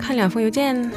看2封邮件。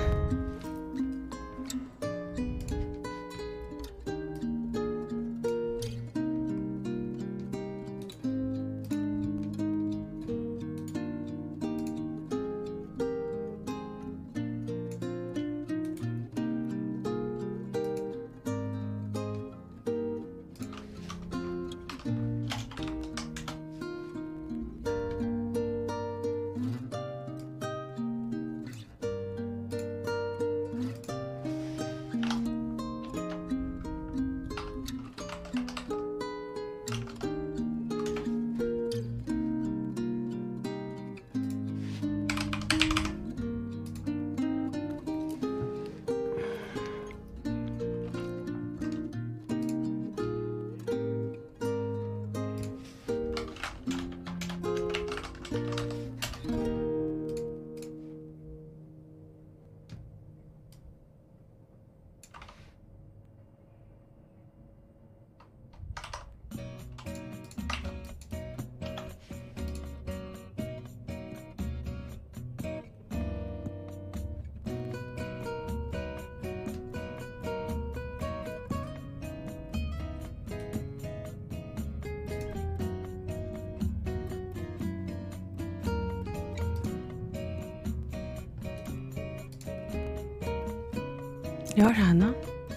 聊啥呢？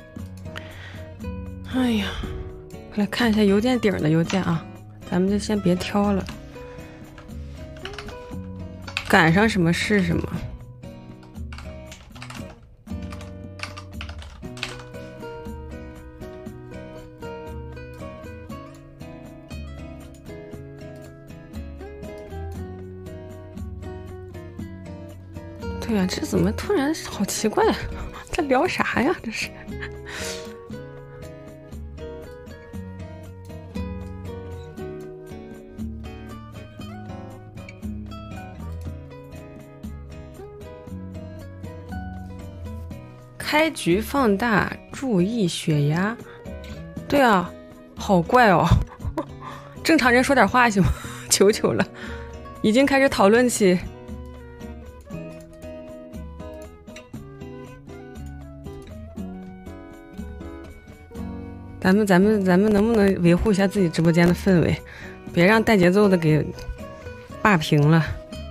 哎呀，来看一下邮件顶的邮件啊，咱们就先别挑了，赶上什么是什么。对呀，这怎么突然好奇怪啊？在聊啥呀？这是。开局放大，注意血压。对啊，好怪哦。正常人说点话行吗？求求了，已经开始讨论起。咱们能不能维护一下自己直播间的氛围，别让带节奏的给霸屏了。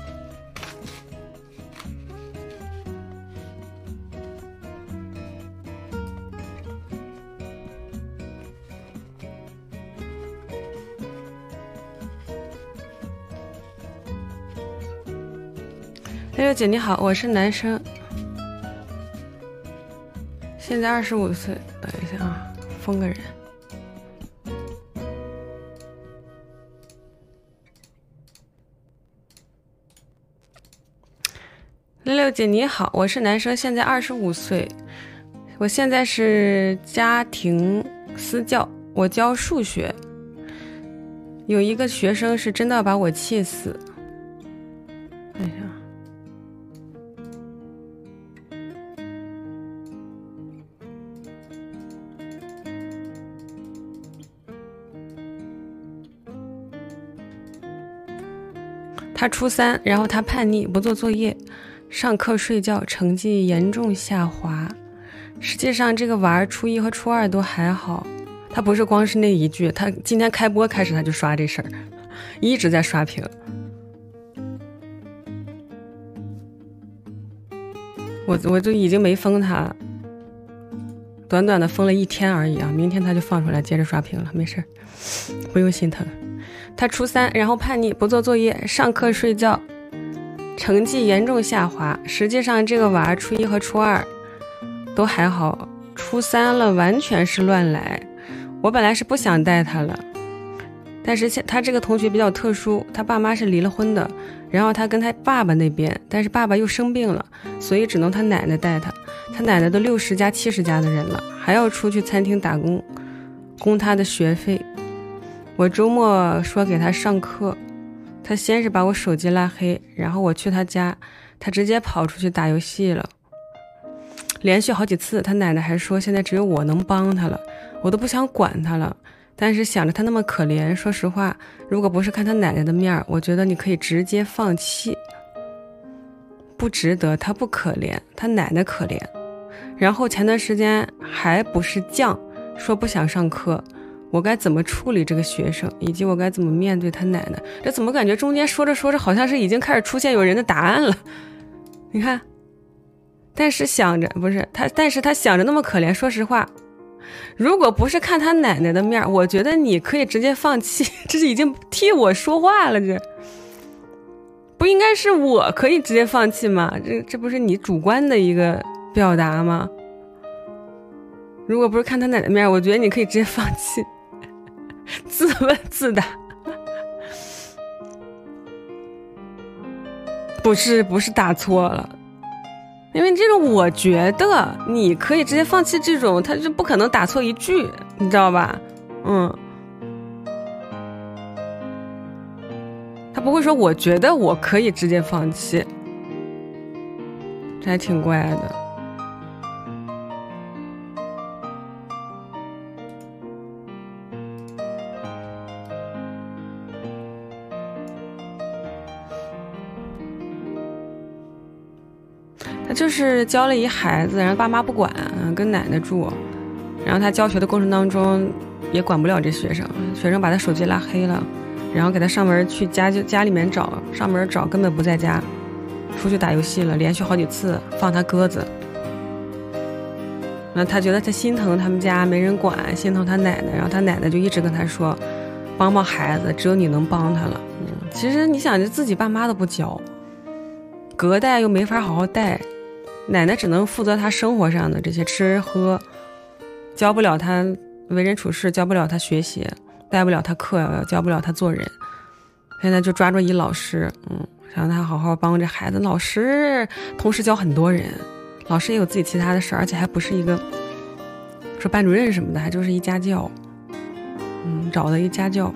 六六姐你好，我是男生，现在25岁。等一下啊，封个人。六六姐你好，我是男生，现在25岁，我现在是家庭私教，我教数学，有一个学生是真的把我气死。看一下。他初3，然后他叛逆，不做作业，上课睡觉，成绩严重下滑。实际上这个娃初1和初2都还好，他不是光是那一句，他今天开播开始他就刷这事儿，一直在刷屏。我就已经没封他，短短的封了1天而已啊，明天他就放出来接着刷屏了，没事，不用心疼。他初3，然后叛逆，不做作业，上课睡觉，成绩严重下滑。实际上这个娃初1和初2都还好，初3了完全是乱来。我本来是不想带他了，但是他这个同学比较特殊，他爸妈是离了婚的，然后他跟他爸爸那边，但是爸爸又生病了，所以只能他奶奶带他。他奶奶都60加70加的人了，还要出去餐厅打工，供他的学费。我周末说给他上课，他先是把我手机拉黑，然后我去他家，他直接跑出去打游戏了，连续好几次。他奶奶还说现在只有我能帮他了，我都不想管他了。但是想着他那么可怜，说实话，如果不是看他奶奶的面，我觉得你可以直接放弃， 不值得，他不可怜，他奶奶可怜。然后前段时间还不是犟，说不想上课，我该怎么处理这个学生，以及我该怎么面对他奶奶？这怎么感觉中间说着说着好像是已经开始出现有人的答案了？你看，但是他想着那么可怜。说实话，如果不是看他奶奶的面，我觉得你可以直接放弃。这是已经替我说话了，这不应该是我可以直接放弃吗？这不是你主观的一个表达吗？如果不是看他奶奶面，我觉得你可以直接放弃。自问自答。不是打错了，因为这种我觉得你可以直接放弃，这种他就不可能打错一句，你知道吧？他不会说我觉得我可以直接放弃，这还挺怪的。他就是教了一孩子，然后爸妈不管，跟奶奶住，然后他教学的过程当中也管不了这学生把他手机拉黑了，然后给他上门去家里面找，上门找根本不在家，出去打游戏了，连续好几次放他鸽子。那他觉得他心疼他们家没人管，心疼他奶奶，然后他奶奶就一直跟他说，帮帮孩子，只有你能帮他了。其实你想，自己爸妈都不教，隔代又没法好好带，奶奶只能负责他生活上的这些吃喝，教不了他为人处事，教不了他学习，带不了他课，教不了他做人。现在就抓住一老师，想让他好好帮这孩子。老师同时教很多人，老师也有自己其他的事，而且还不是一个说班主任什么的，还就是一家教，找的一家教。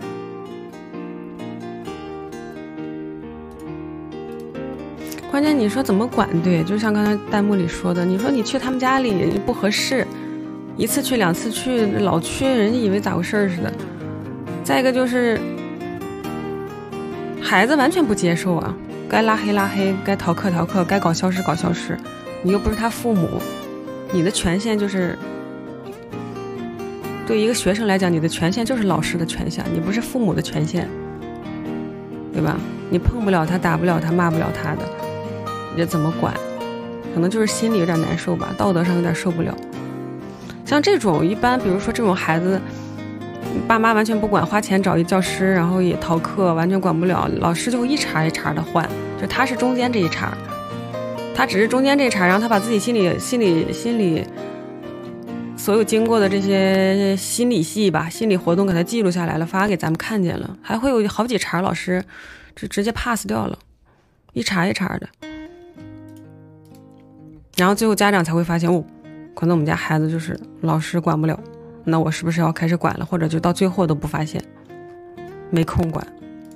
关键你说怎么管对，就像刚才弹幕里说的，你说你去他们家里不合适，一次去2次去，老去人家以为咋回事似的。再一个就是孩子完全不接受啊，该拉黑拉黑，该逃课逃课，该搞消失搞消失。你又不是他父母，你的权限就是对一个学生来讲，你的权限就是老师的权限，你不是父母的权限，对吧？你碰不了他，打不了他，骂不了他的，你这怎么管？可能就是心里有点难受吧，道德上有点受不了。像这种一般，比如说这种孩子，爸妈完全不管，花钱找一教师，然后也逃课，完全管不了，老师就一茬一茬的换，就他是中间这一茬，他只是中间这一茬，然后他把自己心里所有经过的这些心理戏吧，心理活动给他记录下来了，发给咱们看见了，还会有好几茬老师就直接 pass 掉了，一茬一茬的，然后最后家长才会发现，可能我们家孩子就是老师管不了，那我是不是要开始管了？或者就到最后都不发现，没空管。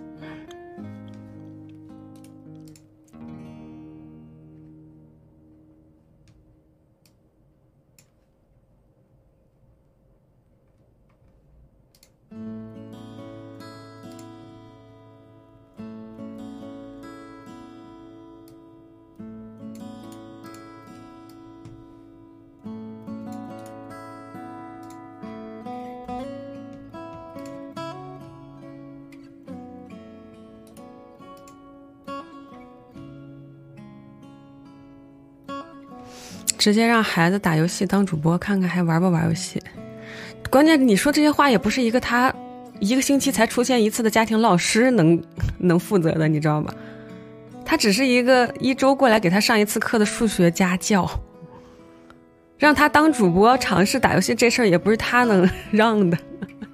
直接让孩子打游戏当主播，看看还玩不玩游戏。关键你说这些话也不是一个他1个星期才出现一次的家庭老师能负责的，你知道吧？他只是一个1周过来给他上1次课的数学家教，让他当主播尝试打游戏这事儿也不是他能让的。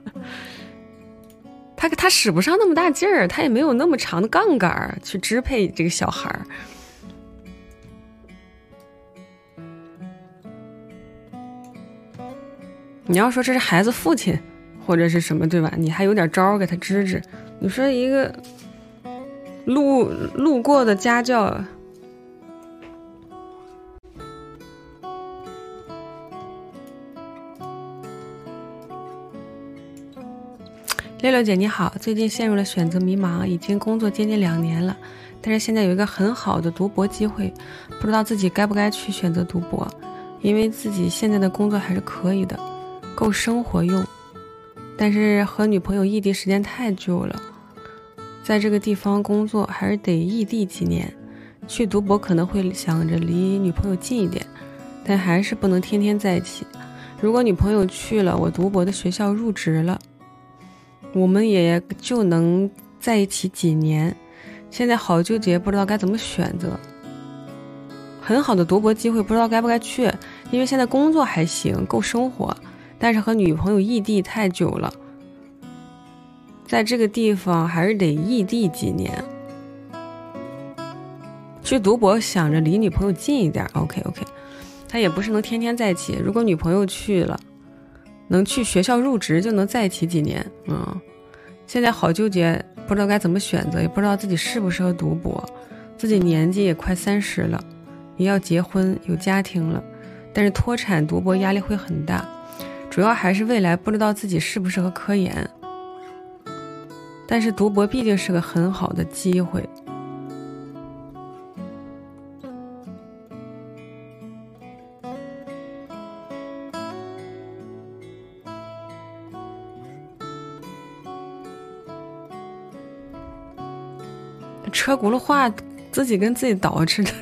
他使不上那么大劲儿，他也没有那么长的杠杆去支配这个小孩儿。你要说这是孩子父亲或者是什么，对吧？你还有点招给他支支。你说一个路过的家教，六六姐你好，最近陷入了选择迷茫，已经工作接近2年了， 但是现在有一个很好的读博机会，不知道自己该不该去选择读博，因为自己现在的工作还是可以的，够生活用，但是和女朋友异地时间太久了，在这个地方工作还是得异地几年，去读博可能会想着离女朋友近一点，但还是不能天天在一起。如果女朋友去了我读博的学校入职了，我们也就能在一起几年。现在好纠结，不知道该怎么选择。很好的读博机会，不知道该不该去，因为现在工作还行，够生活，但是和女朋友异地太久了，在这个地方还是得异地几年。去读博想着离女朋友近一点 ，OK， 他也不是能天天在一起。如果女朋友去了，能去学校入职就能在一起几年。现在好纠结，不知道该怎么选择，也不知道自己适不适合读博。自己年纪也快30了，也要结婚有家庭了，但是脱产读博压力会很大，主要还是未来不知道自己适不适合科研。但是读博毕竟是个很好的机会。车轱辘话自己跟自己捯饬的。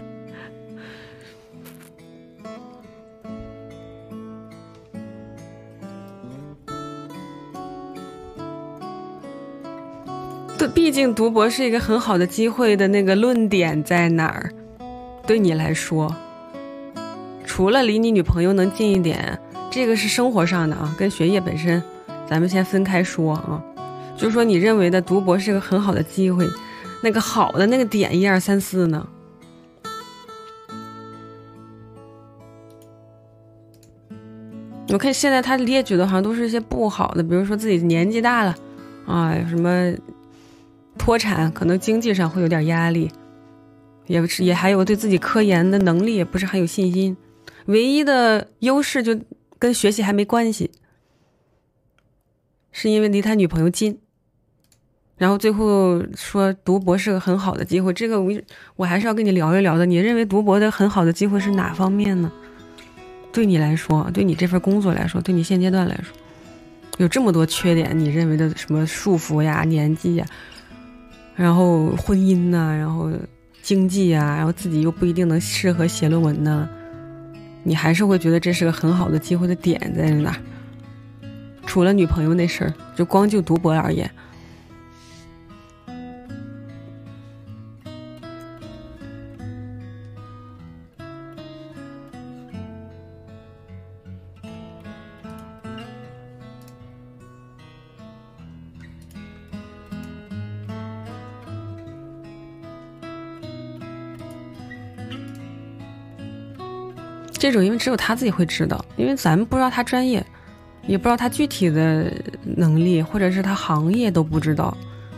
对，毕竟读博是一个很好的机会的那个论点在哪儿？对你来说，除了离你女朋友能近一点，这个是生活上的啊，跟学业本身咱们先分开说啊。就说你认为的读博是个很好的机会，那个好的那个点1、2、3、4呢？我看现在他列举的好像都是一些不好的，比如说自己年纪大了啊，什么脱产，可能经济上会有点压力，也还有对自己科研的能力也不是很有信心，唯一的优势就跟学习还没关系，是因为离他女朋友近。然后最后说读博是个很好的机会，这个我还是要跟你聊一聊的。你认为读博的很好的机会是哪方面呢？对你来说，对你这份工作来说，对你现阶段来说，有这么多缺点，你认为的什么束缚呀、年纪呀，然后婚姻呐，然后经济呀，然后自己又不一定能适合写论文呢，你还是会觉得这是个很好的机会的点在哪？除了女朋友那事儿，就光就读博而言。这种因为只有他自己会知道，因为咱们不知道他专业，也不知道他具体的能力，或者是他行业都不知道，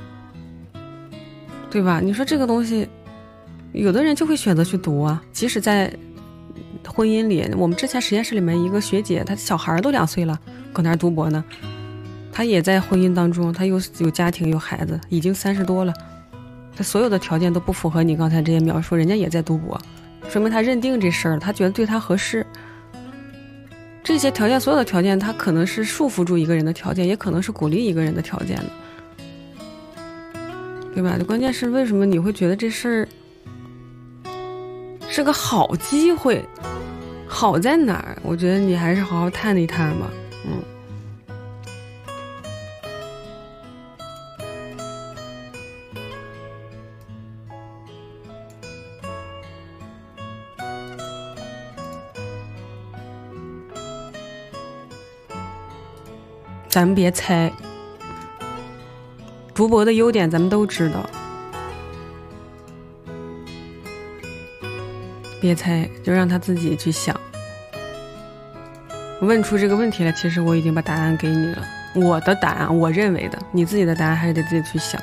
对吧？你说这个东西，有的人就会选择去读啊，即使在婚姻里，我们之前实验室里面一个学姐，她小孩都2岁了，搁那儿读博呢，她也在婚姻当中，她又有家庭有孩子，已经30多了，她所有的条件都不符合你刚才这些描述，人家也在读博，说明他认定这事儿，他觉得对他合适。这些条件，所有的条件，他可能是束缚住一个人的条件，也可能是鼓励一个人的条件的，对吧？关键是为什么你会觉得这事儿是个好机会？好在哪儿？我觉得你还是好好探一探吧。咱们别猜，读博的优点咱们都知道，别猜，就让他自己去想。问出这个问题来，其实我已经把答案给你了，我的答案，我认为的，你自己的答案还是得自己去想。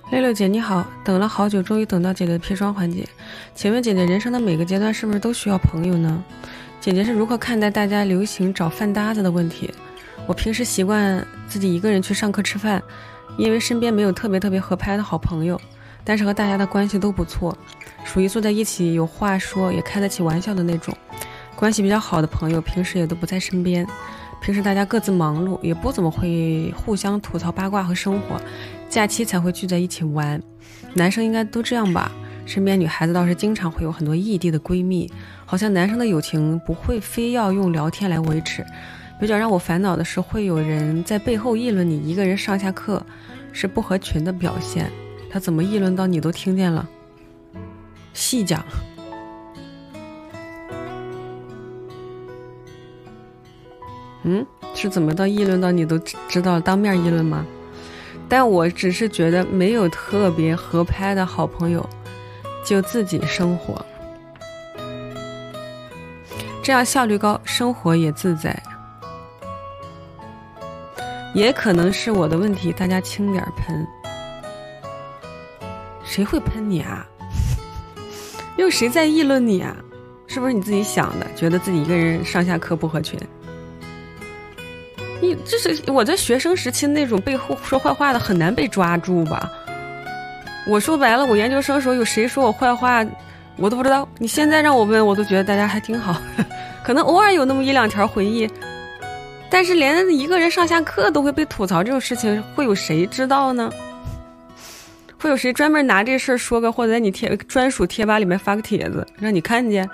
六六姐你好，等了好久，终于等到姐姐的砒霜环节。请问姐姐，人生的每个阶段是不是都需要朋友呢？姐姐是如何看待大家流行找饭搭子的问题？我平时习惯自己一个人去上课吃饭，因为身边没有特别合拍的好朋友，但是和大家的关系都不错，属于坐在一起有话说也开得起玩笑的那种。关系比较好的朋友平时也都不在身边，平时大家各自忙碌，也不怎么会互相吐槽八卦和生活，假期才会聚在一起玩。男生应该都这样吧，身边女孩子倒是经常会有很多异地的闺蜜，好像男生的友情不会非要用聊天来维持。比较让我烦恼的是，会有人在背后议论你一个人上下课是不合群的表现，他怎么议论到你都听见了？细讲。是怎么到议论到你都知道当面议论吗？但我只是觉得没有特别合拍的好朋友，就自己生活，这样效率高，生活也自在。也可能是我的问题，大家轻点喷。谁会喷你啊？又谁在议论你啊？是不是你自己想的，觉得自己一个人上下课不合群？这是我在学生时期那种背后说坏话的很难被抓住吧。我说白了，我研究生的时候有谁说我坏话我都不知道，你现在让我问我都觉得大家还挺好可能偶尔有那么一两条回忆，但是连一个人上下课都会被吐槽这种事情，会有谁知道呢？会有谁专门拿这事儿说个，或者在你专属贴吧里面发个帖子让你看见？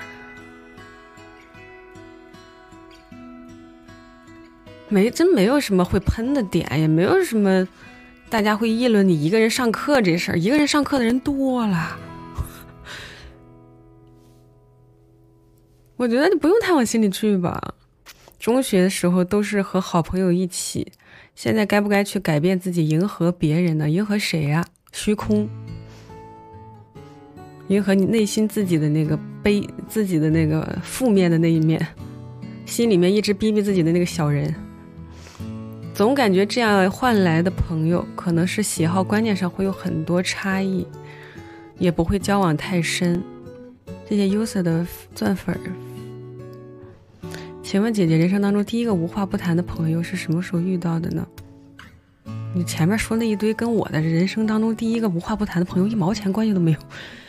真没有什么会喷的点，也没有什么大家会议论你一个人上课这事儿，一个人上课的人多了。我觉得你不用太往心里去吧。中学的时候都是和好朋友一起，现在该不该去改变自己，迎合别人呢？迎合谁呀？虚空，迎合你内心自己的那个自己的那个负面的那一面，心里面一直逼逼自己的那个小人。总感觉这样换来的朋友可能是喜好观念上会有很多差异，也不会交往太深。谢谢优色的钻粉。请问姐姐，人生当中第一个无话不谈的朋友是什么时候遇到的呢？你前面说那一堆跟我的人生当中第一个无话不谈的朋友一毛钱关系都没有，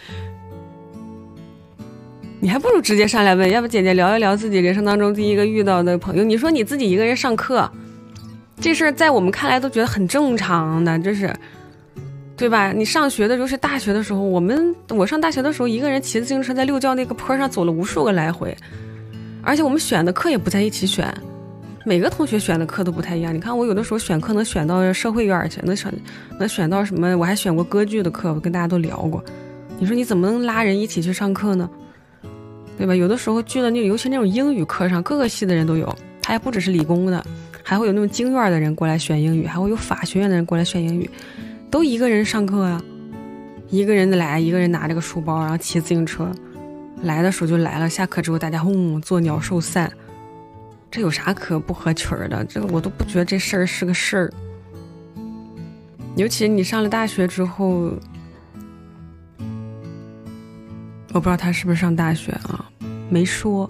你还不如直接上来问，要不姐姐聊一聊自己人生当中第一个遇到的朋友。你说你自己一个人上课这事儿在我们看来都觉得很正常的，这是对吧？你上学的时候是大学的时候，我上大学的时候一个人骑自行车在六教那个坡上走了无数个来回，而且我们选的课也不在一起选，每个同学选的课都不太一样。你看我有的时候选课能选到社会院去，能选到什么，我还选过歌剧的课，我跟大家都聊过。你说你怎么能拉人一起去上课呢？对吧？有的时候聚的尤其那种英语课上，各个系的人都有，他还不只是理工的，还会有那种经院的人过来选英语，还会有法学院的人过来选英语，都一个人上课啊，一个人来，一个人拿着个书包，然后骑自行车，来的时候就来了，下课之后大家作鸟兽散，这有啥可不合群的？这个我都不觉得这事儿是个事儿。尤其你上了大学之后，我不知道他是不是上大学啊，没说。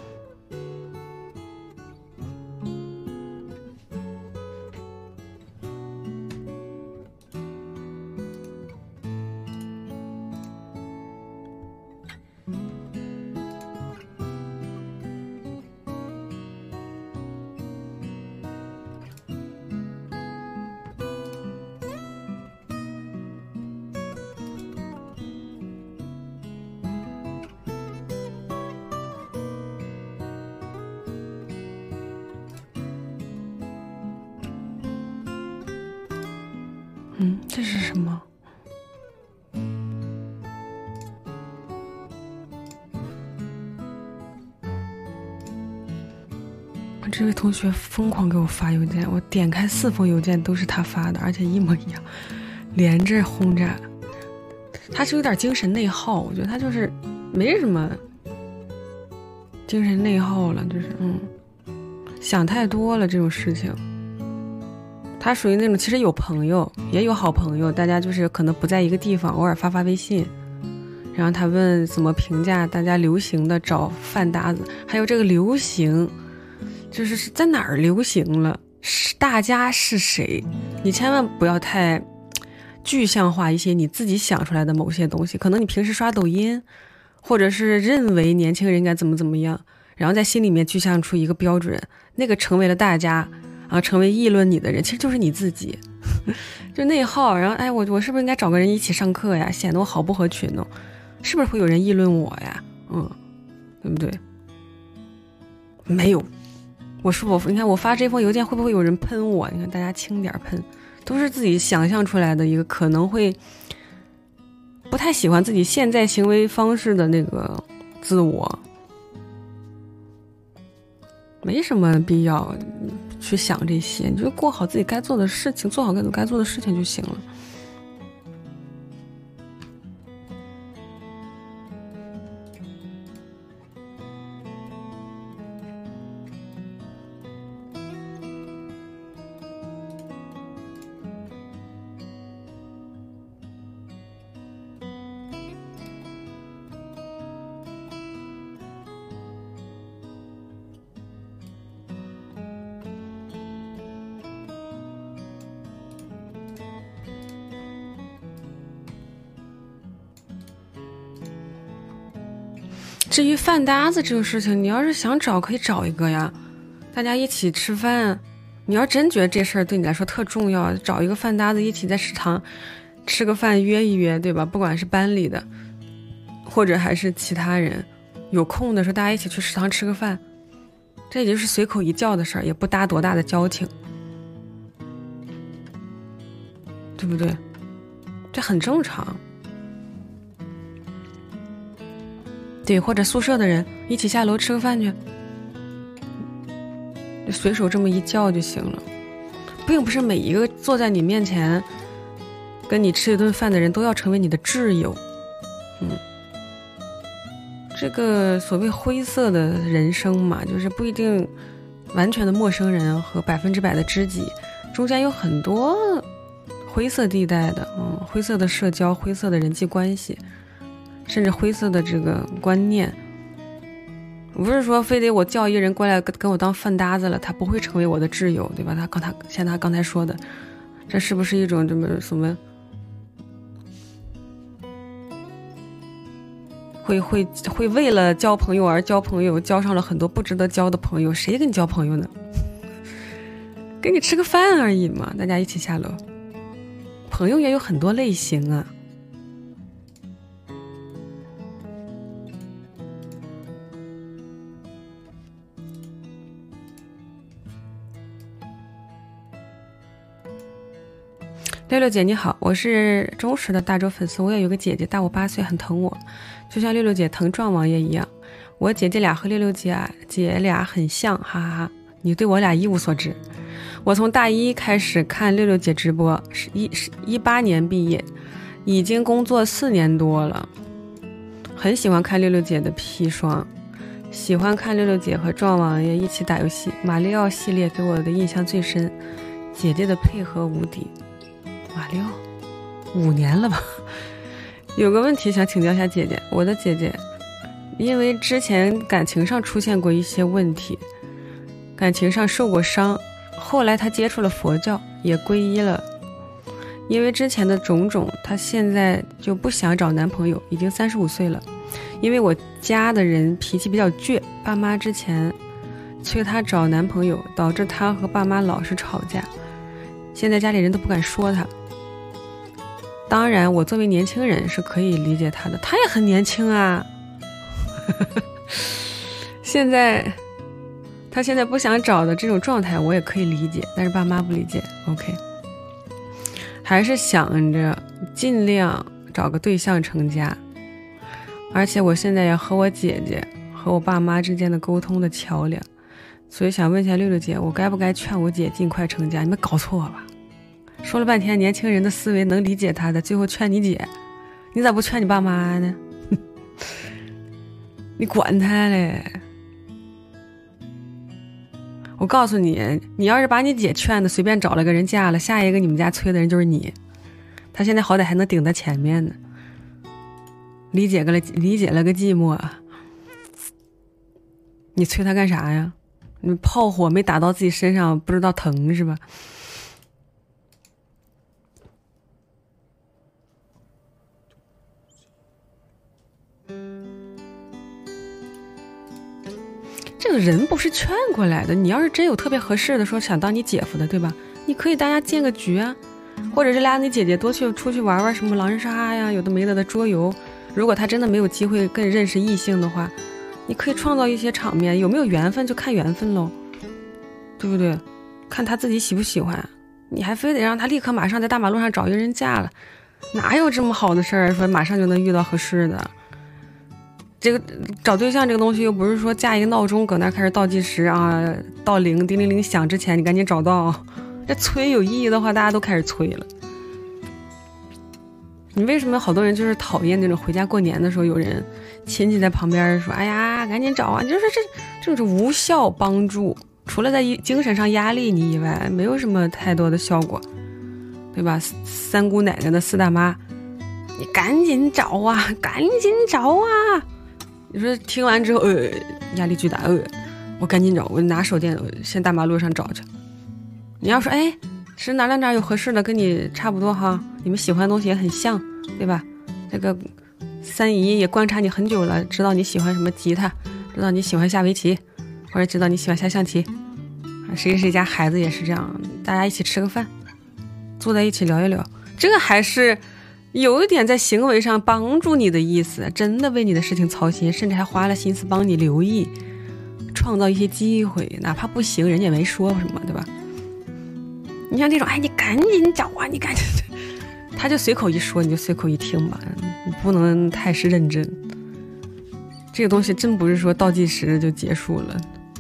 这是什么？这位同学疯狂给我发邮件，我点开4封邮件都是他发的，而且一模一样，连着轰炸。他是有点精神内耗，我觉得他就是没什么精神内耗了，就是想太多了这种事情。 他属于那种其实有朋友也有好朋友，大家就是可能不在一个地方，偶尔发发微信，然后他问怎么评价大家流行的找饭搭子，还有这个流行就是在哪儿流行了，是大家是谁，你千万不要太具象化一些你自己想出来的某些东西，可能你平时刷抖音或者是认为年轻人应该怎么怎么样，然后在心里面具象出一个标准，那个成为了大家啊，成为议论你的人其实就是你自己就内耗，然后哎，我是不是应该找个人一起上课呀，显得我好不合群呢，是不是会有人议论我呀，对不对？没有，你看我发这封邮件会不会有人喷我，你看大家轻点喷，都是自己想象出来的一个可能会不太喜欢自己现在行为方式的那个自我，没什么必要去想这些，你就过好自己该做的事情，做好该做的事情就行了。至于饭搭子这个事情，你要是想找可以找一个呀，大家一起吃饭，你要真觉得这事儿对你来说特重要，找一个饭搭子一起在食堂吃个饭，约一约，对吧？不管是班里的或者还是其他人，有空的时候大家一起去食堂吃个饭，这也就是随口一叫的事儿，也不搭多大的交情，对不对？这很正常。对，或者宿舍的人一起下楼吃个饭去，随手这么一叫就行了，并不是每一个坐在你面前跟你吃一顿饭的人都要成为你的挚友。这个所谓灰色的人生嘛，就是不一定完全的陌生人和100%的知己，中间有很多灰色地带的，灰色的社交，灰色的人际关系，甚至灰色的这个观念。不是说非得我叫一个人过来跟我当饭搭子了，他不会成为我的挚友，对吧？像他刚才说的，这是不是一种这么什么会为了交朋友而交朋友，交上了很多不值得交的朋友？谁跟你交朋友呢？跟你吃个饭而已嘛，大家一起下楼。朋友也有很多类型啊。六六姐你好，我是忠实的大周粉丝，我也有个姐姐大我8岁，很疼我，就像六六姐疼壮王爷一样。我姐姐俩和六六姐俩很像，哈哈哈！你对我俩一无所知。我从大一开始看六六姐直播，是18年毕业，已经工作4年多了，很喜欢看六六姐的砒霜，喜欢看六六姐和壮王爷一起打游戏，马里奥系列给我的印象最深，姐姐的配合无敌。马里奥5年了吧？有个问题想请教一下姐姐，我的姐姐因为之前感情上出现过一些问题，感情上受过伤，后来她接触了佛教，也皈依了。因为之前的种种，她现在就不想找男朋友，已经35岁了。因为我家的人脾气比较倔，爸妈之前催她找男朋友，导致她和爸妈老是吵架，现在家里人都不敢说她。当然我作为年轻人是可以理解她的，她也很年轻啊她现在不想找的这种状态我也可以理解，但是爸妈不理解。 OK， 还是想着尽量找个对象成家，而且我现在也和我姐姐和我爸妈之间的沟通的桥梁，所以想问一下六六姐，我该不该劝我姐尽快成家？你们搞错了吧？说了半天年轻人的思维能理解他的，最后劝你姐，你咋不劝你爸妈呢？你管他嘞！我我告诉你，你要是把你姐劝的随便找了个人嫁了，下一个你们家催的人就是你。他现在好歹还能顶在前面呢，理解了个寂寞，你催他干啥呀？你炮火没打到自己身上，不知道疼是吧？这个人不是劝过来的，你要是真有特别合适的，说想当你姐夫的，对吧？你可以大家建个局啊，或者是拉你姐姐多出去玩玩什么狼人杀呀，有的没的桌游。如果他真的没有机会更认识异性的话，你可以创造一些场面，有没有缘分就看缘分喽，对不对？看他自己喜不喜欢，你还非得让他立刻马上在大马路上找一个人嫁了，哪有这么好的事儿？说马上就能遇到合适的。这个找对象这个东西又不是说架一个闹钟搁那开始倒计时啊，到铃叮铃铃响之前你赶紧找到。这催有意义的话，大家都开始催了。你为什么好多人就是讨厌那种回家过年的时候有人亲戚在旁边说哎呀赶紧找啊，就是这种无效帮助，除了在精神上压力你以外没有什么太多的效果，对吧？三姑奶奶的四大妈，你赶紧找啊赶紧找啊，你说听完之后压力巨大，我赶紧找，我拿手电先大马路上找去。你要说哎是哪有合适的跟你差不多哈，你们喜欢的东西也很像，对吧？这个三姨也观察你很久了，知道你喜欢什么吉他，知道你喜欢下围棋，或者知道你喜欢下象棋，谁家孩子也是这样，大家一起吃个饭，坐在一起聊一聊，这个还是有一点在行为上帮助你的意思，真的为你的事情操心，甚至还花了心思帮你留意，创造一些机会，哪怕不行人家也没说什么，对吧？你像这种哎你赶紧找啊你赶紧，他就随口一说你就随口一听吧，你不能太是认真，这个东西真不是说倒计时就结束了。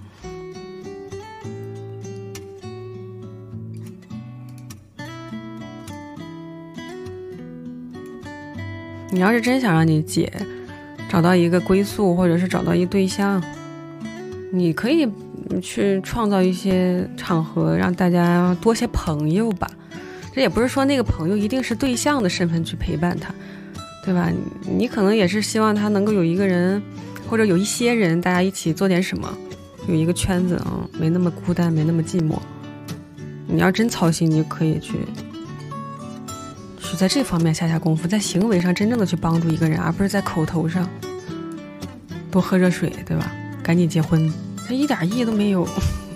你要是真想让你姐找到一个归宿，或者是找到一对象，你可以去创造一些场合，让大家多些朋友吧。这也不是说那个朋友一定是对象的身份去陪伴他，对吧？你可能也是希望他能够有一个人，或者有一些人，大家一起做点什么，有一个圈子啊，没那么孤单，没那么寂寞。你要真操心，你可以去在这方面下功夫，在行为上真正的去帮助一个人，而不是在口头上多喝热水，对吧？赶紧结婚，这一点意义都没有。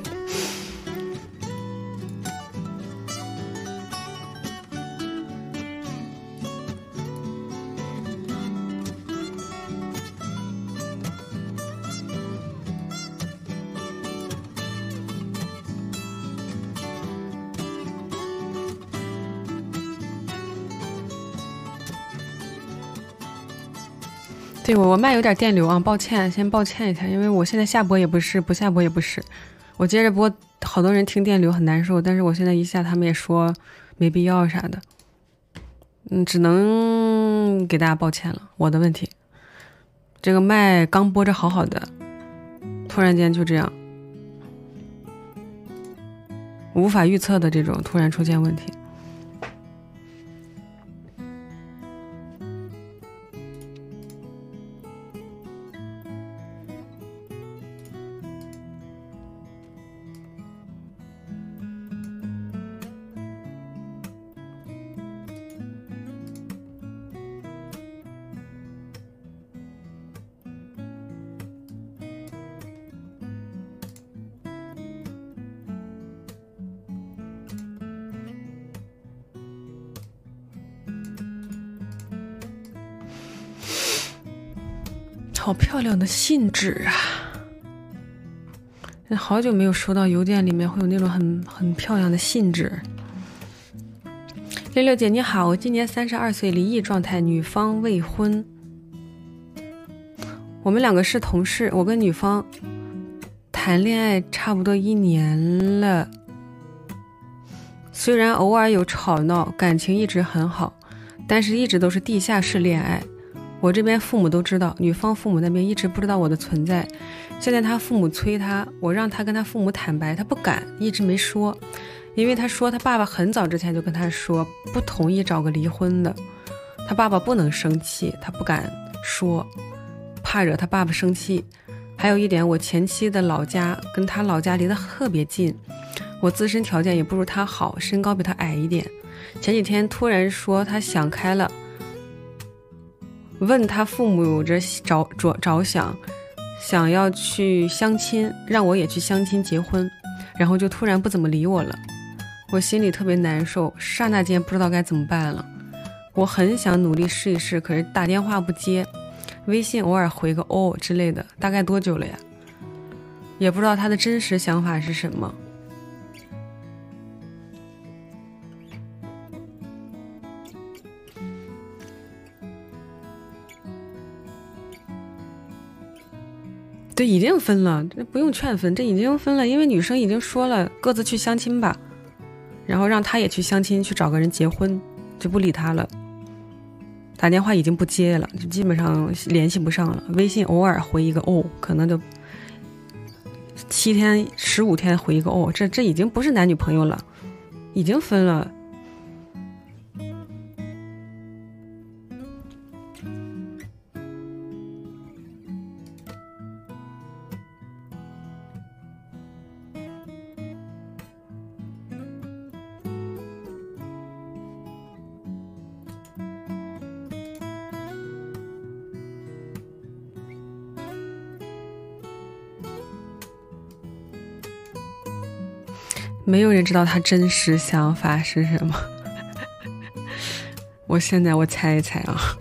对，我麦有点电流啊，抱歉，先抱歉一下，因为我现在下播也不是，不下播也不是，我接着播，好多人听电流很难受，但是我现在一下他们也说没必要啥的，只能给大家抱歉了，我的问题。这个麦刚播着好好的，突然间就这样，无法预测的这种突然出现问题。好漂亮的信纸啊！好久没有收到邮件里面会有那种很漂亮的信纸。六六姐你好，我今年32岁，离异状态，女方未婚。我们两个是同事，我跟女方谈恋爱差不多1年了，虽然偶尔有吵闹，感情一直很好，但是一直都是地下室恋爱。 我这边父母都知道，女方父母那边一直不知道我的存在。现在他父母催他，我让他跟他父母坦白，他不敢，一直没说。因为他说他爸爸很早之前就跟他说不同意找个离婚的，他爸爸不能生气，他不敢说，怕惹他爸爸生气。还有一点，我前妻的老家跟他老家离得特别近，我自身条件也不如他好，身高比他矮一点。前几天突然说他想开了，问他父母着着想要去相亲，让我也去相亲结婚，然后就突然不怎么理我了。我心里特别难受，刹那间不知道该怎么办了。我很想努力试一试，可是打电话不接，微信偶尔回个哦之类的，大概多久了呀？也不知道他的真实想法是什么。对，已经分了，这不用劝分，这已经分了，因为女生已经说了各自去相亲吧，然后让他也去相亲，去找个人结婚，就不理他了。打电话已经不接了，就基本上联系不上了。微信偶尔回一个哦，可能就7天15天回一个哦，这已经不是男女朋友了，已经分了。没有人知道他真实想法是什么。我现在猜一猜啊，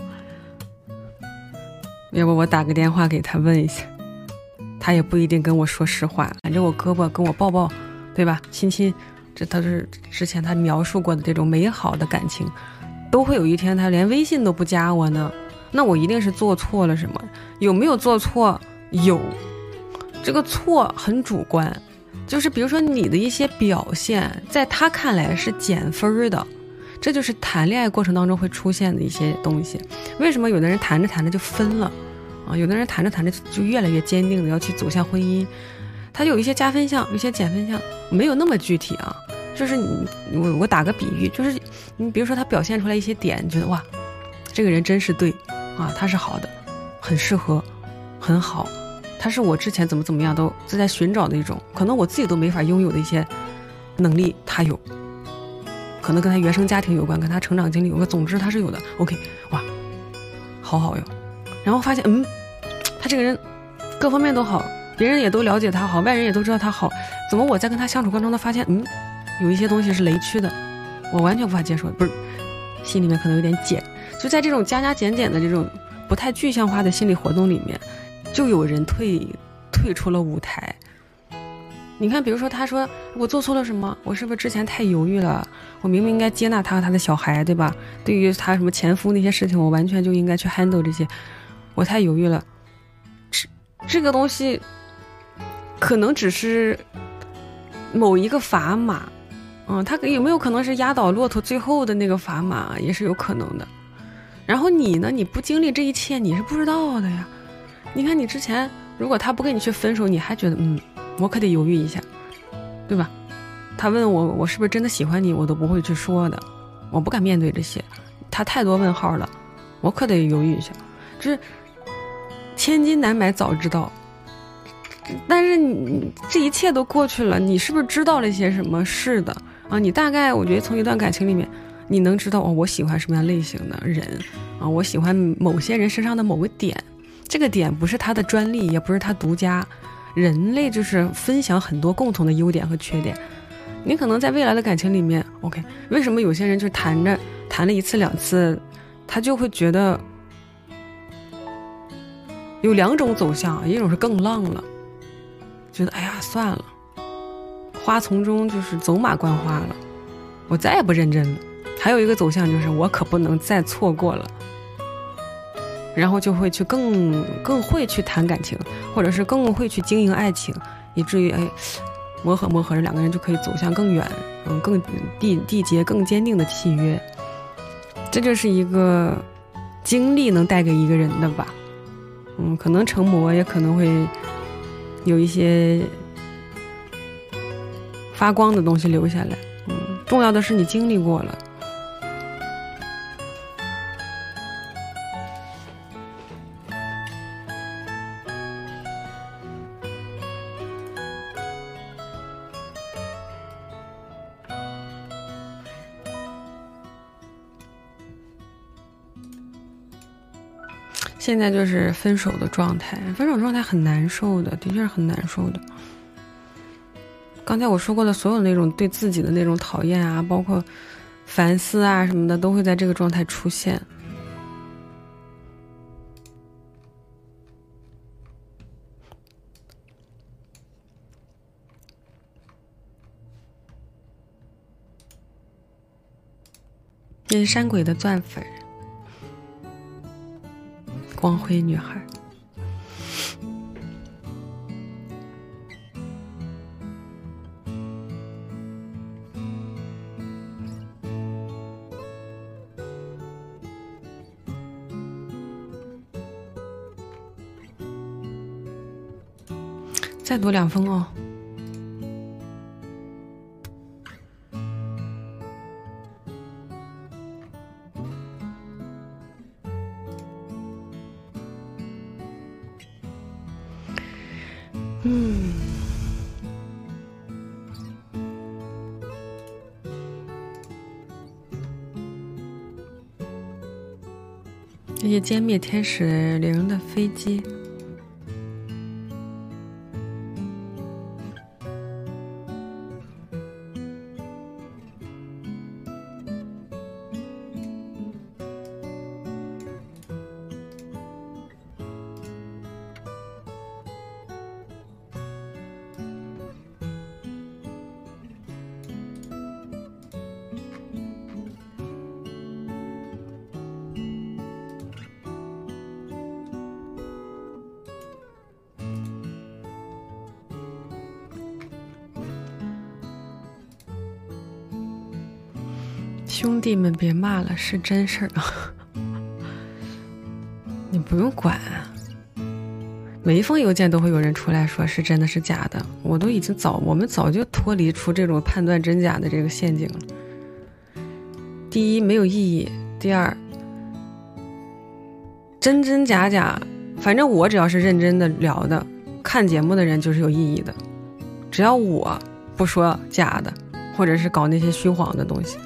要不我打个电话给他问一下，他也不一定跟我说实话，反正我胳膊跟我抱抱，对吧？亲亲，这他是之前他描述过的这种美好的感情，都会有一天他连微信都不加我呢，那我一定是做错了什么。有没有做错？有，这个错很主观，就是比如说你的一些表现在他看来是减分的，这就是谈恋爱过程当中会出现的一些东西。为什么有的人谈着谈着就分了啊？有的人谈着谈着就越来越坚定的要去走向婚姻，他有一些加分项，有一些减分项，没有那么具体啊。就是我打个比喻，就是你比如说他表现出来一些点，你觉得哇，这个人真是对啊，他是好的，很适合，很好，他是我之前怎么样都在寻找的一种，可能我自己都没法拥有的一些能力，他有，可能跟他原生家庭有关，跟他成长经历有关，总之他是有的。OK， 哇，好好哟。然后发现，他这个人各方面都好，别人也都了解他好，外人也都知道他好，怎么我在跟他相处过程中发现，有一些东西是雷区的，我完全无法接受，不是，心里面可能有点减。就在这种加减的这种不太具象化的心理活动里面，就有人退出了舞台。你看，比如说他说我做错了什么，我是不是之前太犹豫了，我明明应该接纳他和他的小孩，对吧？对于他什么前夫那些事情，我完全就应该去 handle 这些，我太犹豫了。这个东西可能只是某一个砝码，他有没有可能是压倒骆驼最后的那个砝码，也是有可能的。然后你呢，你不经历这一切，你是不知道的呀。你看你之前如果他不跟你去分手，你还觉得我可得犹豫一下，对吧？他问我是不是真的喜欢你，我都不会去说的，我不敢面对这些，他太多问号了，我可得犹豫一下。这千金难买早知道，但是你这一切都过去了，你是不是知道了一些什么？是的啊，你大概我觉得从一段感情里面你能知道我喜欢什么样类型的人啊，我喜欢某些人身上的某个点，这个点不是他的专利，也不是他独家，人类就是分享很多共同的优点和缺点。你可能在未来的感情里面 OK， 为什么有些人就谈了1次2次，他就会觉得有2种走向，一种是更浪了，觉得哎呀算了，花丛中就是走马观花了，我再也不认真了。还有一个走向就是我可不能再错过了，然后就会去更会去谈感情，或者是更会去经营爱情，以至于磨合着2个人就可以走向更远，更缔结更坚定的契约。这就是一个经历能带给一个人的吧。可能成魔，也可能会有一些发光的东西留下来。重要的是你经历过了。现在就是分手的状态，分手状态很难受的，的确是很难受的。刚才我说过的所有那种对自己的那种讨厌啊，包括反思啊什么的，都会在这个状态出现。这是山鬼的钻粉，光辉女孩。再读2封哦。这些歼灭天使零的飞机。兄弟们别骂了，是真事儿啊。你不用管啊，每一封邮件都会有人出来说是真的是假的，我们早就脱离出这种判断真假的这个陷阱了。第一，没有意义；第二，真真假假，反正我只要是认真的聊的，看节目的人就是有意义的，只要我不说假的，或者是搞那些虚晃的东西，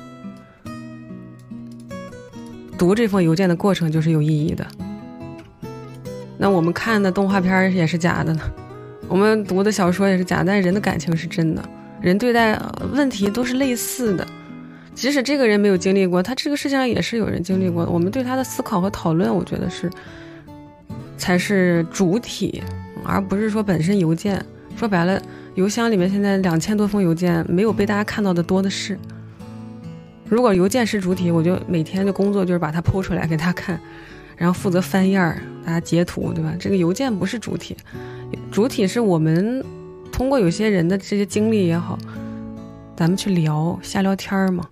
读这封邮件的过程就是有意义的。那我们看的动画片也是假的呢，我们读的小说也是假，但是人的感情是真的，人对待问题都是类似的。即使这个人没有经历过，他这个世界上也是有人经历过的。我们对他的思考和讨论，我觉得才是主体，而不是说本身邮件。说白了，邮箱里面现在2000多封邮件，没有被大家看到的多的是。如果邮件是主体，我就每天的工作就是把它剖出来给他看，然后负责翻页儿，大家截图，对吧？这个邮件不是主体，主体是我们通过有些人的这些经历也好，咱们去聊，瞎聊天嘛。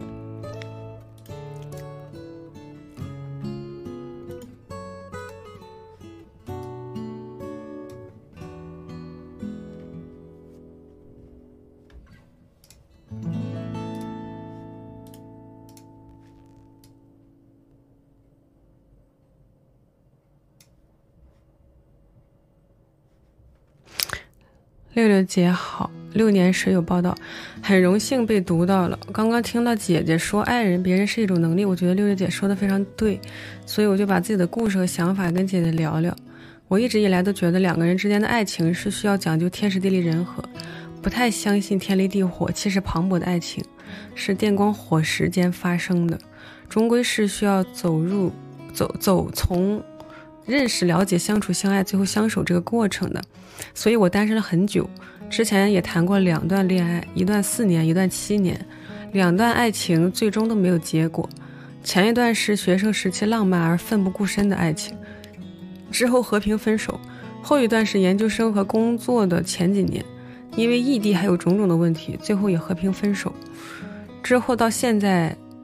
六六姐好，6年时有报道，很荣幸被读到了。刚刚听到姐姐说爱人别人是一种能力，我觉得六六姐说的非常对，所以我就把自己的故事和想法跟姐姐聊聊。我一直以来都觉得2个人之间的爱情是需要讲究天时地利人和，不太相信天雷地火气势磅礴的爱情是电光火石间发生的，终归是需要走从认识、了解、相处、相爱，最后相守这个过程的。所以我单身了很久，之前也谈过2段恋爱，一段4年，一段7年，2段爱情最终都没有结果。前一段是学生时期浪漫而奋不顾身的爱情，之后和平分手。后一段是研究生和工作的前几年，因为异地还有种种的问题，最后也和平分手。之后到现在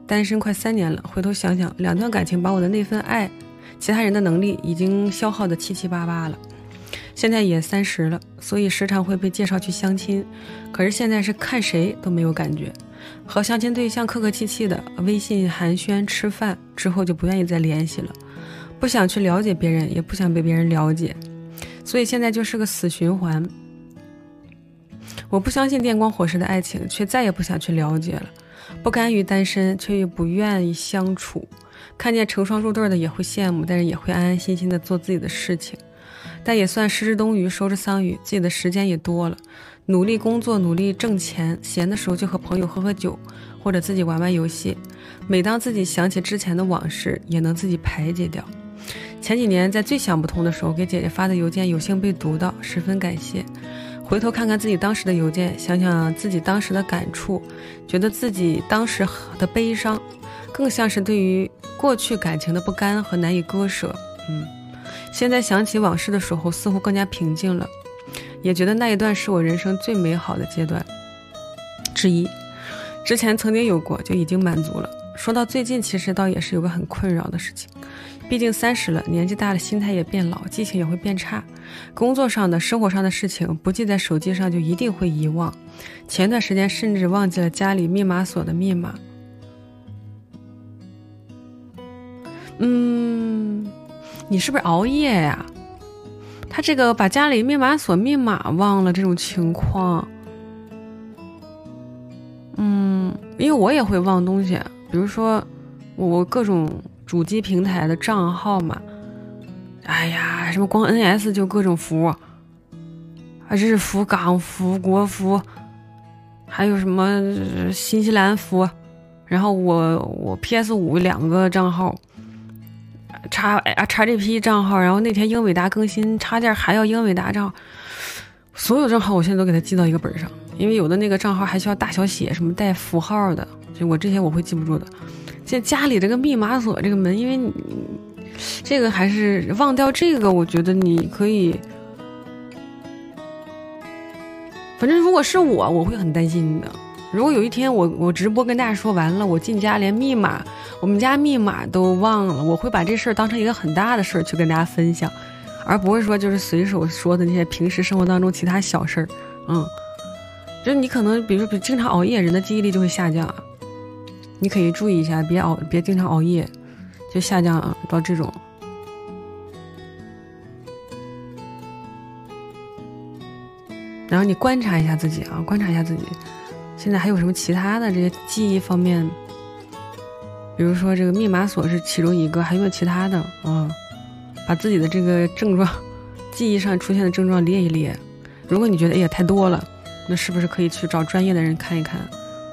单身快3年了，回头想想，2段感情把我的那份爱，其他人的能力已经消耗得七七八八了。现在也30了，所以时常会被介绍去相亲，可是现在是看谁都没有感觉，和相亲对象客客气气的，微信寒暄吃饭之后就不愿意再联系了，不想去了解别人，也不想被别人了解，所以现在就是个死循环。我不相信电光火石的爱情，却再也不想去了解了，不甘于单身，却又不愿意相处，看见成双入对的也会羡慕，但是也会安安心心的做自己的事情，但也算失之东隅收之桑榆，自己的时间也多了，努力工作，努力挣钱，闲的时候就和朋友喝喝酒，或者自己玩玩游戏，每当自己想起之前的往事，也能自己排解掉。前几年在最想不通的时候，给姐姐发的邮件有幸被读到，十分感谢。回头看看自己当时的邮件，想想自己当时的感触，觉得自己当时的悲伤更像是对于过去感情的不甘和难以割舍。现在想起往事的时候，似乎更加平静了，也觉得那一段是我人生最美好的阶段之一。之前曾经有过，就已经满足了。说到最近，其实倒也是有个很困扰的事情，毕竟30了，年纪大了，心态也变老，记性也会变差，工作上的生活上的事情不记在手机上就一定会遗忘，前段时间甚至忘记了家里密码锁的密码。你是不是熬夜呀？他这个把家里密码锁密码忘了这种情况，因为我也会忘东西，比如说我各种主机平台的账号嘛，哎呀，什么光 NS 就各种服，日服、港服、国服，还有什么新西兰服，然后我 PS5 2个账号。XGP 账号，然后那天英伟达更新插件还要英伟达账号，所有账号我现在都给它记到一个本上，因为有的那个账号还需要大小写，什么带符号的，就我这些我会记不住的。现在家里这个密码锁这个门，因为你这个还是忘掉这个，我觉得你可以，反正如果是我会很担心的。如果有一天我直播跟大家说完了，我进家连我们家密码都忘了，我会把这事儿当成一个很大的事儿去跟大家分享，而不会说就是随手说的那些平时生活当中其他小事儿。就是你可能比如说经常熬夜，人的记忆力就会下降，你可以注意一下，别经常熬夜，就下降到这种。然后你观察一下自己观察一下自己现在还有什么其他的这些记忆方面，比如说这个密码锁是其中一个，还有没有其他的把自己的这个症状，记忆上出现的症状列一列。如果你觉得也太多了，那是不是可以去找专业的人看一看？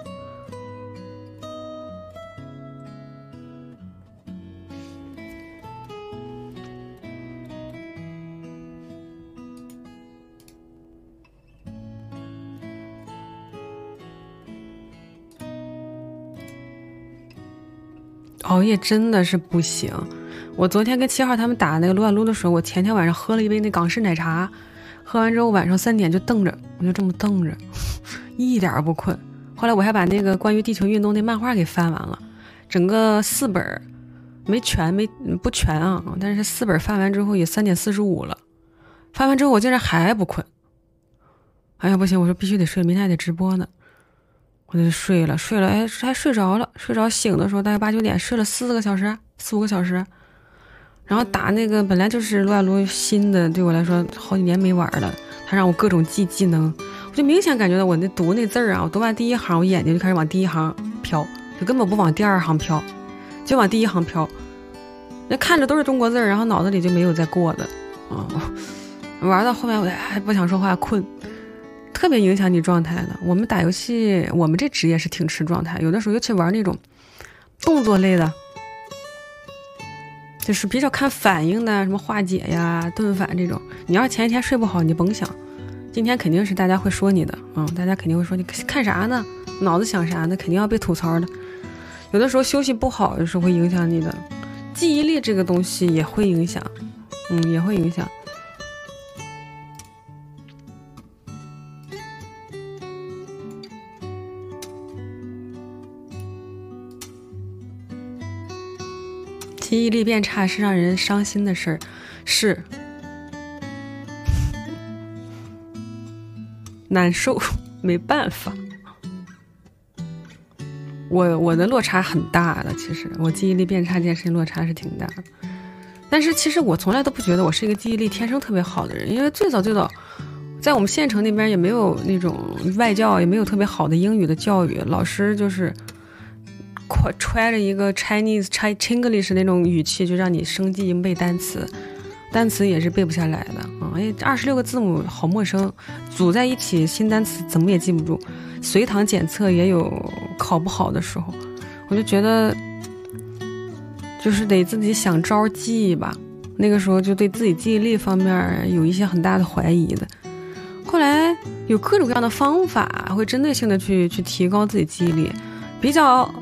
熬夜真的是不行。我昨天跟7号他们打那个撸啊撸的时候，我前天晚上喝了一杯那港式奶茶，喝完之后晚上3点就瞪着，我就这么瞪着，一点不困。后来我还把那个关于地球运动那漫画给翻完了，整个4本不全但是4本翻完之后也3点45了。翻完之后我竟然还不困，哎呀不行，我说必须得睡，明天还得直播呢。我就睡了，还睡着了，醒的时候大概8、9点，睡了4、5个小时。然后打那个本来就是撸啊撸新的，对我来说好几年没玩了，他让我各种记技能，我就明显感觉到我那读那字儿我读完第一行，我眼睛就开始往第一行飘，就根本不往第2行飘，就往第一行飘。那看着都是中国字儿，然后脑子里就没有再过的玩到后面我还不想说话，困。特别影响你状态的。我们打游戏，我们这职业是挺吃状态，有的时候尤其玩那种动作类的，就是比较看反应的，什么化解呀、盾反这种。你要是前一天睡不好，你甭想，今天肯定是大家会说你的大家肯定会说你看啥呢，脑子想啥呢，肯定要被吐槽的。有的时候休息不好，有时候会影响你的记忆力，这个东西也会影响，也会影响。 记忆力变差是让人伤心的事儿，是难受，没办法。我的落差很大的，其实我记忆力变差这件事情落差是挺大的。但是其实我从来都不觉得我是一个记忆力天生特别好的人，因为最早在我们县城那边也没有那种外教，也没有特别好的英语的教育，老师就是揣着一个 Chinglish 那种语气，就让你生记硬背单词，单词也是背不下来的啊！26个字母好陌生，组在一起新单词怎么也记不住。随堂检测也有考不好的时候，我就觉得就是得自己想招记忆吧。那个时候就对自己记忆力方面有一些很大的怀疑的。后来有各种各样的方法，会针对性的去提高自己记忆力，比较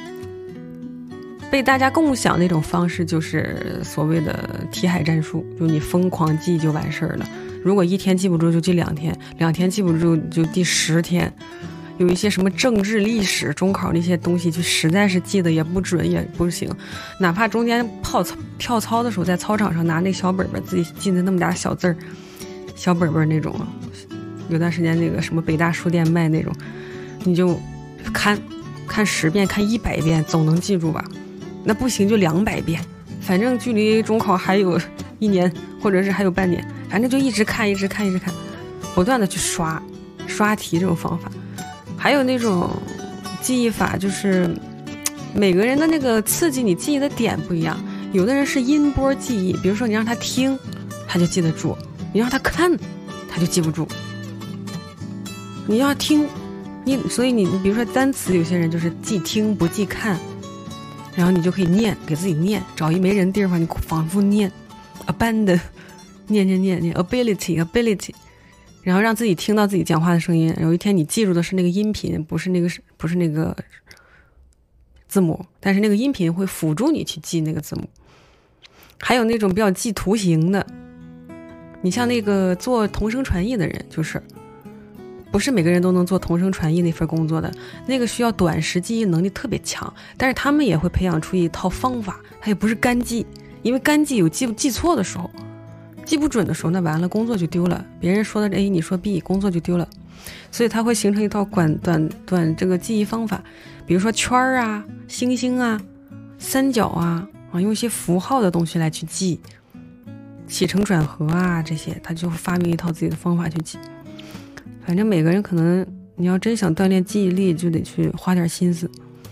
被大家共享那种方式就是所谓的题海战术，就你疯狂记就完事儿了。如果1天记不住就记2天，2天记不住就第10天。有一些什么政治历史中考那些东西，就实在是记得也不准也不行。哪怕中间跳操的时候，在操场上拿那小本本自己记的那么点小字儿，小本本那种，有段时间那个什么北大书店卖那种，你就看10遍，看100遍，总能记住吧？那不行就200遍，反正距离中考还有1年，或者是还有半年，反正就一直看，不断的去刷题这种方法。还有那种记忆法，就是每个人的那个刺激你记忆的点不一样，有的人是音波记忆，比如说你让他听他就记得住，你让他看他就记不住。你要听所以你比如说单词，有些人就是记听不记看，然后你就可以念，给自己念，找一没人地方你反复念 abandon 念 ability， 然后让自己听到自己讲话的声音。有一天你记住的是那个音频，不是那个字母，但是那个音频会辅助你去记那个字母。还有那种比较记图形的，你像那个做同声传译的人，就是不是每个人都能做同声传译那份工作的，那个需要短时记忆能力特别强，但是他们也会培养出一套方法，他也不是干记，因为干记有记错的时候，记不准的时候，那完了工作就丢了，别人说的 A 你说 B， 工作就丢了。所以它会形成一套短这个记忆方法，比如说圈啊、星星啊、三角啊，用一些符号的东西来去记，起承转合啊这些，他就发明一套自己的方法去记。反正每个人可能你要真想锻炼记忆力，就得去花点心思。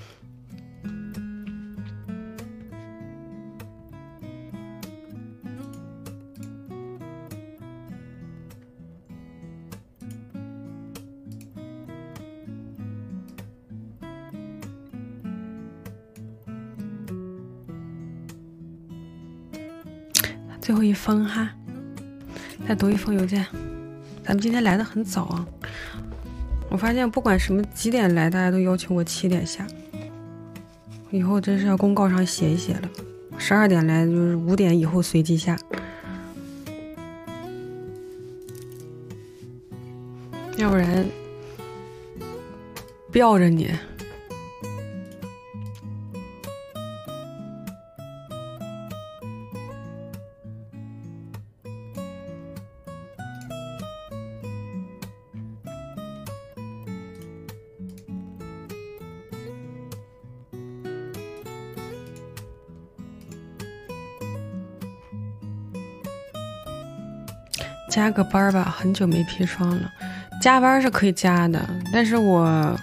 最后一封哈，再读一封邮件。咱们今天来的很早啊，我发现不管什么几点来，大家都要求我7点下，以后真是要公告上写一写了。12点来就是5点以后随机下，要不然吊着你。加个班吧，很久没砒霜了。加班是可以加的，但是我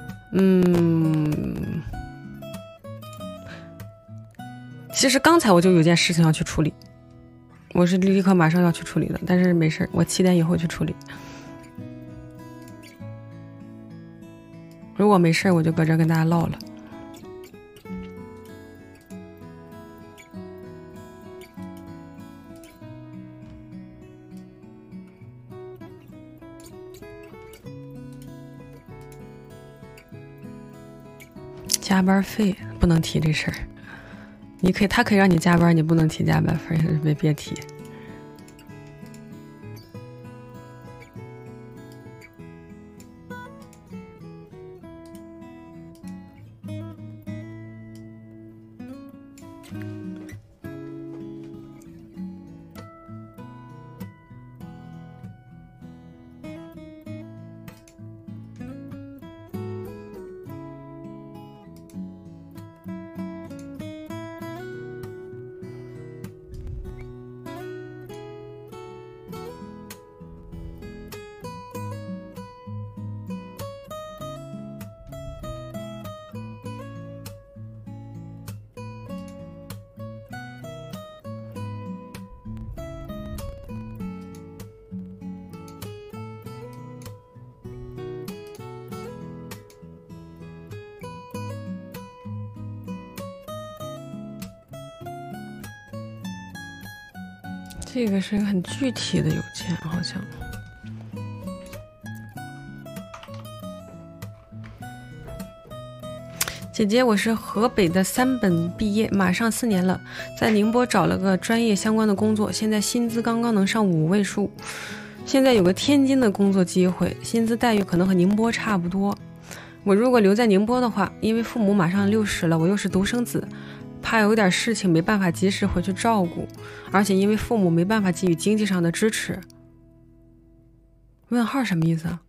其实刚才我就有件事情要去处理，我是立刻马上要去处理的，但是没事，我7点以后去处理。如果没事，我就搁这跟大家唠了。加班费不能提这事儿，他可以让你加班，你不能提加班费，别提。 这个是一个很具体的邮件，好像。姐姐，我是河北的3本毕业，马上4年了，在宁波找了个专业相关的工作，现在薪资刚刚能上5位数。现在有个天津的工作机会，薪资待遇可能和宁波差不多。我如果留在宁波的话，因为父母马上60了，我又是独生子，怕有点事情没办法及时回去照顾，而且因为父母没办法给予经济上的支持。问号什么意思啊？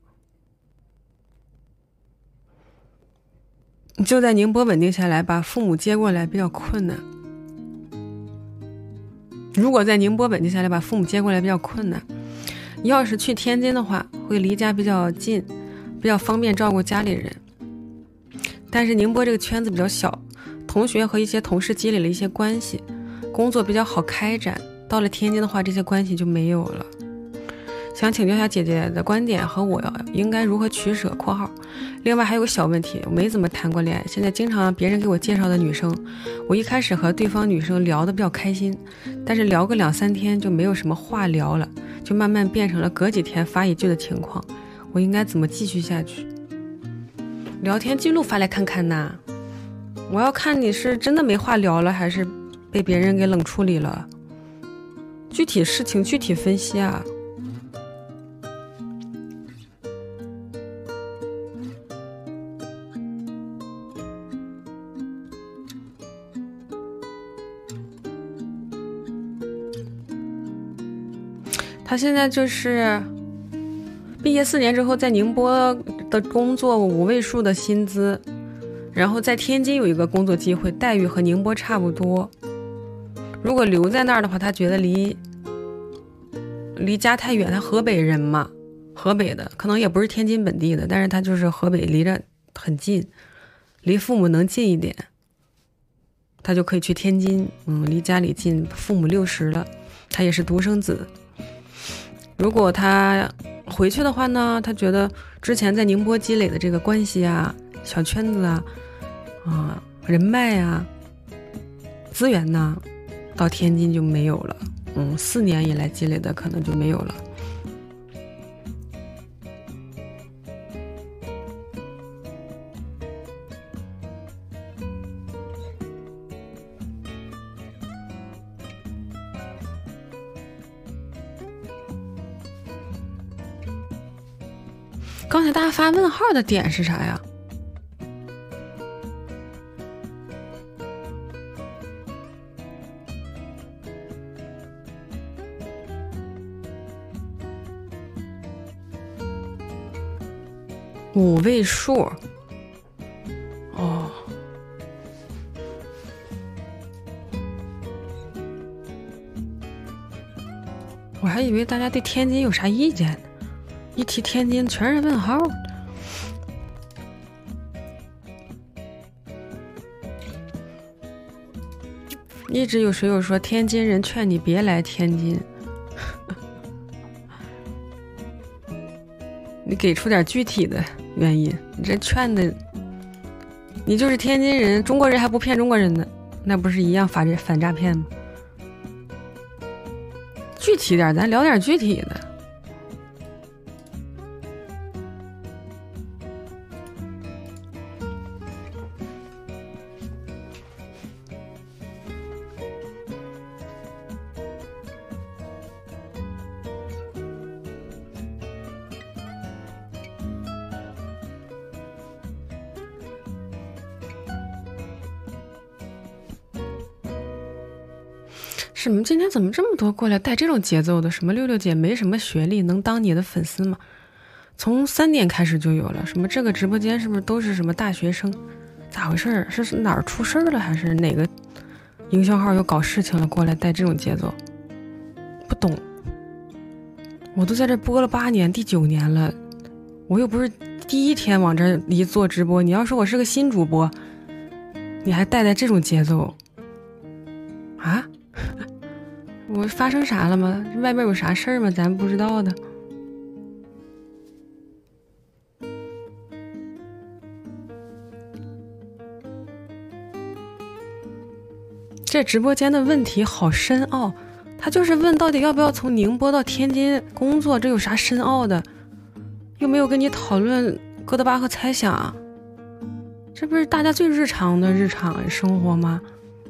就在宁波稳定下来，把父母接过来比较困难。如果在宁波稳定下来，把父母接过来比较困难。要是去天津的话，会离家比较近，比较方便照顾家里人。但是宁波这个圈子比较小，同学和一些同事积累了一些关系，工作比较好开展。到了天津的话，这些关系就没有了。想请教一下姐姐的观点和我应该如何取舍（括号）。另外还有个小问题，我没怎么谈过恋爱，现在经常别人给我介绍的女生，我一开始和对方女生聊得比较开心，但是聊个2-3天就没有什么话聊了，就慢慢变成了隔几天发一句的情况，我应该怎么继续下去？聊天记录发来看看呐，我要看你是真的没话聊了，还是被别人给冷处理了。具体事情具体分析啊。他现在就是毕业4年之后，在宁波的工作5位数的薪资，然后在天津有一个工作机会，待遇和宁波差不多。如果留在那儿的话，他觉得离家太远，他河北人嘛，河北的，可能也不是天津本地的，但是他就是河北，离着很近，离父母能近一点，他就可以去天津，离家里近，父母60了，他也是独生子。如果他回去的话呢，他觉得之前在宁波积累的这个关系啊、小圈子啊、人脉啊、资源呢，到天津就没有了。4年以来积累的可能就没有了。刚才大家发问号的点是啥呀？5位数。哦，我还以为大家对天津有啥意见呢，一提天津全是问号。一直有水友说天津人劝你别来天津，你给出点具体的原因。你这劝的，你就是天津人，中国人还不骗中国人呢，那不是一样反诈骗吗？具体点，咱聊点具体的。什么？今天怎么这么多过来带这种节奏的？什么六六姐没什么学历，能当你的粉丝吗？从3点开始就有了。什么这个直播间是不是都是什么大学生？咋回事？是哪儿出事了，还是哪个营销号又搞事情了？过来带这种节奏，不懂。我都在这播了8年，第9年了，我又不是第1天往这一做直播。你要说我是个新主播，你还带这种节奏啊？我发生啥了吗？外面有啥事儿吗？咱不知道的。这直播间的问题好深奥， 他就是问到底要不要从宁波到天津工作，这有啥深奥的？又没有跟你讨论哥德巴赫猜想，这不是大家最日常的日常生活吗？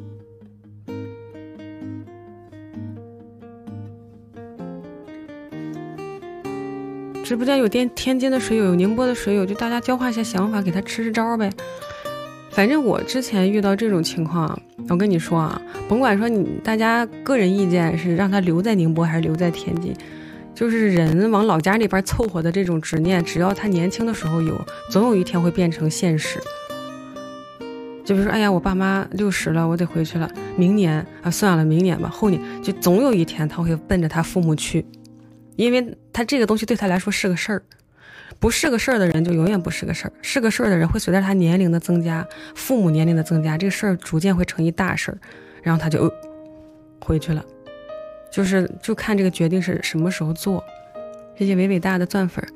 直播间有天津的水友，有宁波的水友，就大家交换一下想法，给他支支招呗。反正我之前遇到这种情况，我跟你说啊，甭管说大家个人意见是让他留在宁波还是留在天津，就是人往老家那边凑合的这种执念，只要他年轻的时候有，总有一天会变成现实。就比如说，哎呀，我爸妈60了，我得回去了，明年啊，算了，明年吧，后年，就总有一天他会奔着他父母去，因为他这个东西对他来说是个事儿。不是个事儿的人就永远不是个事儿，是个事儿的人会随着他年龄的增加，父母年龄的增加，这个事儿逐渐会成一大事儿，然后他就回去了。就看这个决定是什么时候做。这些伟大的钻粉。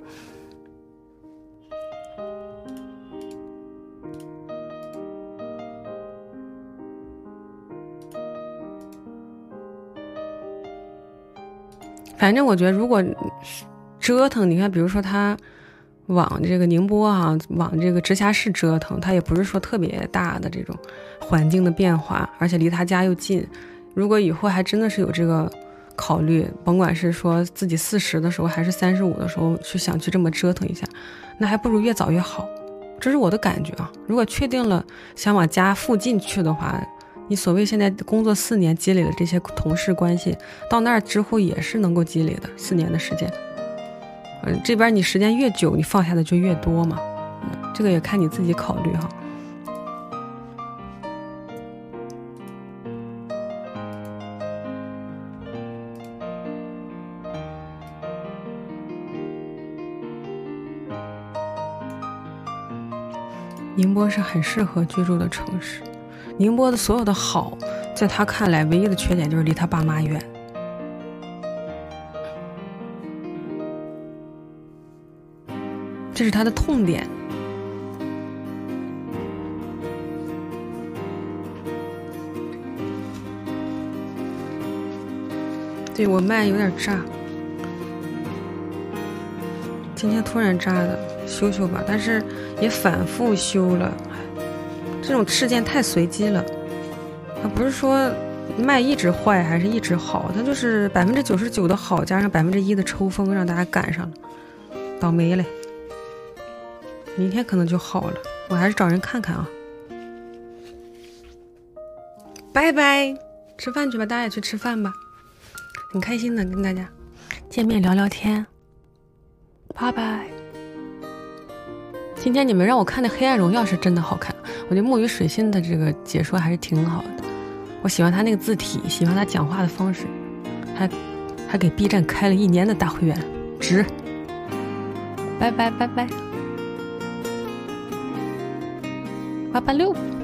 反正我觉得如果折腾，你看比如说他往这个宁波啊，往这个直辖市折腾，他也不是说特别大的这种环境的变化，而且离他家又近。如果以后还真的是有这个考虑，甭管是说自己40的时候还是35的时候想去这么折腾一下，那还不如越早越好，这是我的感觉啊。如果确定了想往家附近去的话，你所谓现在工作4年积累的这些同事关系，到那儿之后也是能够积累的，4年的时间。这边你时间越久，你放下的就越多嘛。这个也看你自己考虑哈。宁波是很适合居住的城市。宁波的所有的好，在他看来唯一的缺点就是离他爸妈远。这是他的痛点。对，我麦有点炸，今天突然炸的，修修吧，但是也反复修了。这种事件太随机了，它不是说麦一直坏还是一直好，它就是99%的好加上1%的抽风，让大家赶上了，倒霉嘞。明天可能就好了，我还是找人看看啊。拜拜，吃饭去吧，大家也去吃饭吧，很开心的跟大家见面聊聊天。拜拜。今天你们让我看的《黑暗荣耀》是真的好看，我觉得墨鱼水星的这个解说还是挺好的，我喜欢他那个字体，喜欢他讲话的方式，还给 B 站开了1年的大会员，值。拜拜拜拜。886。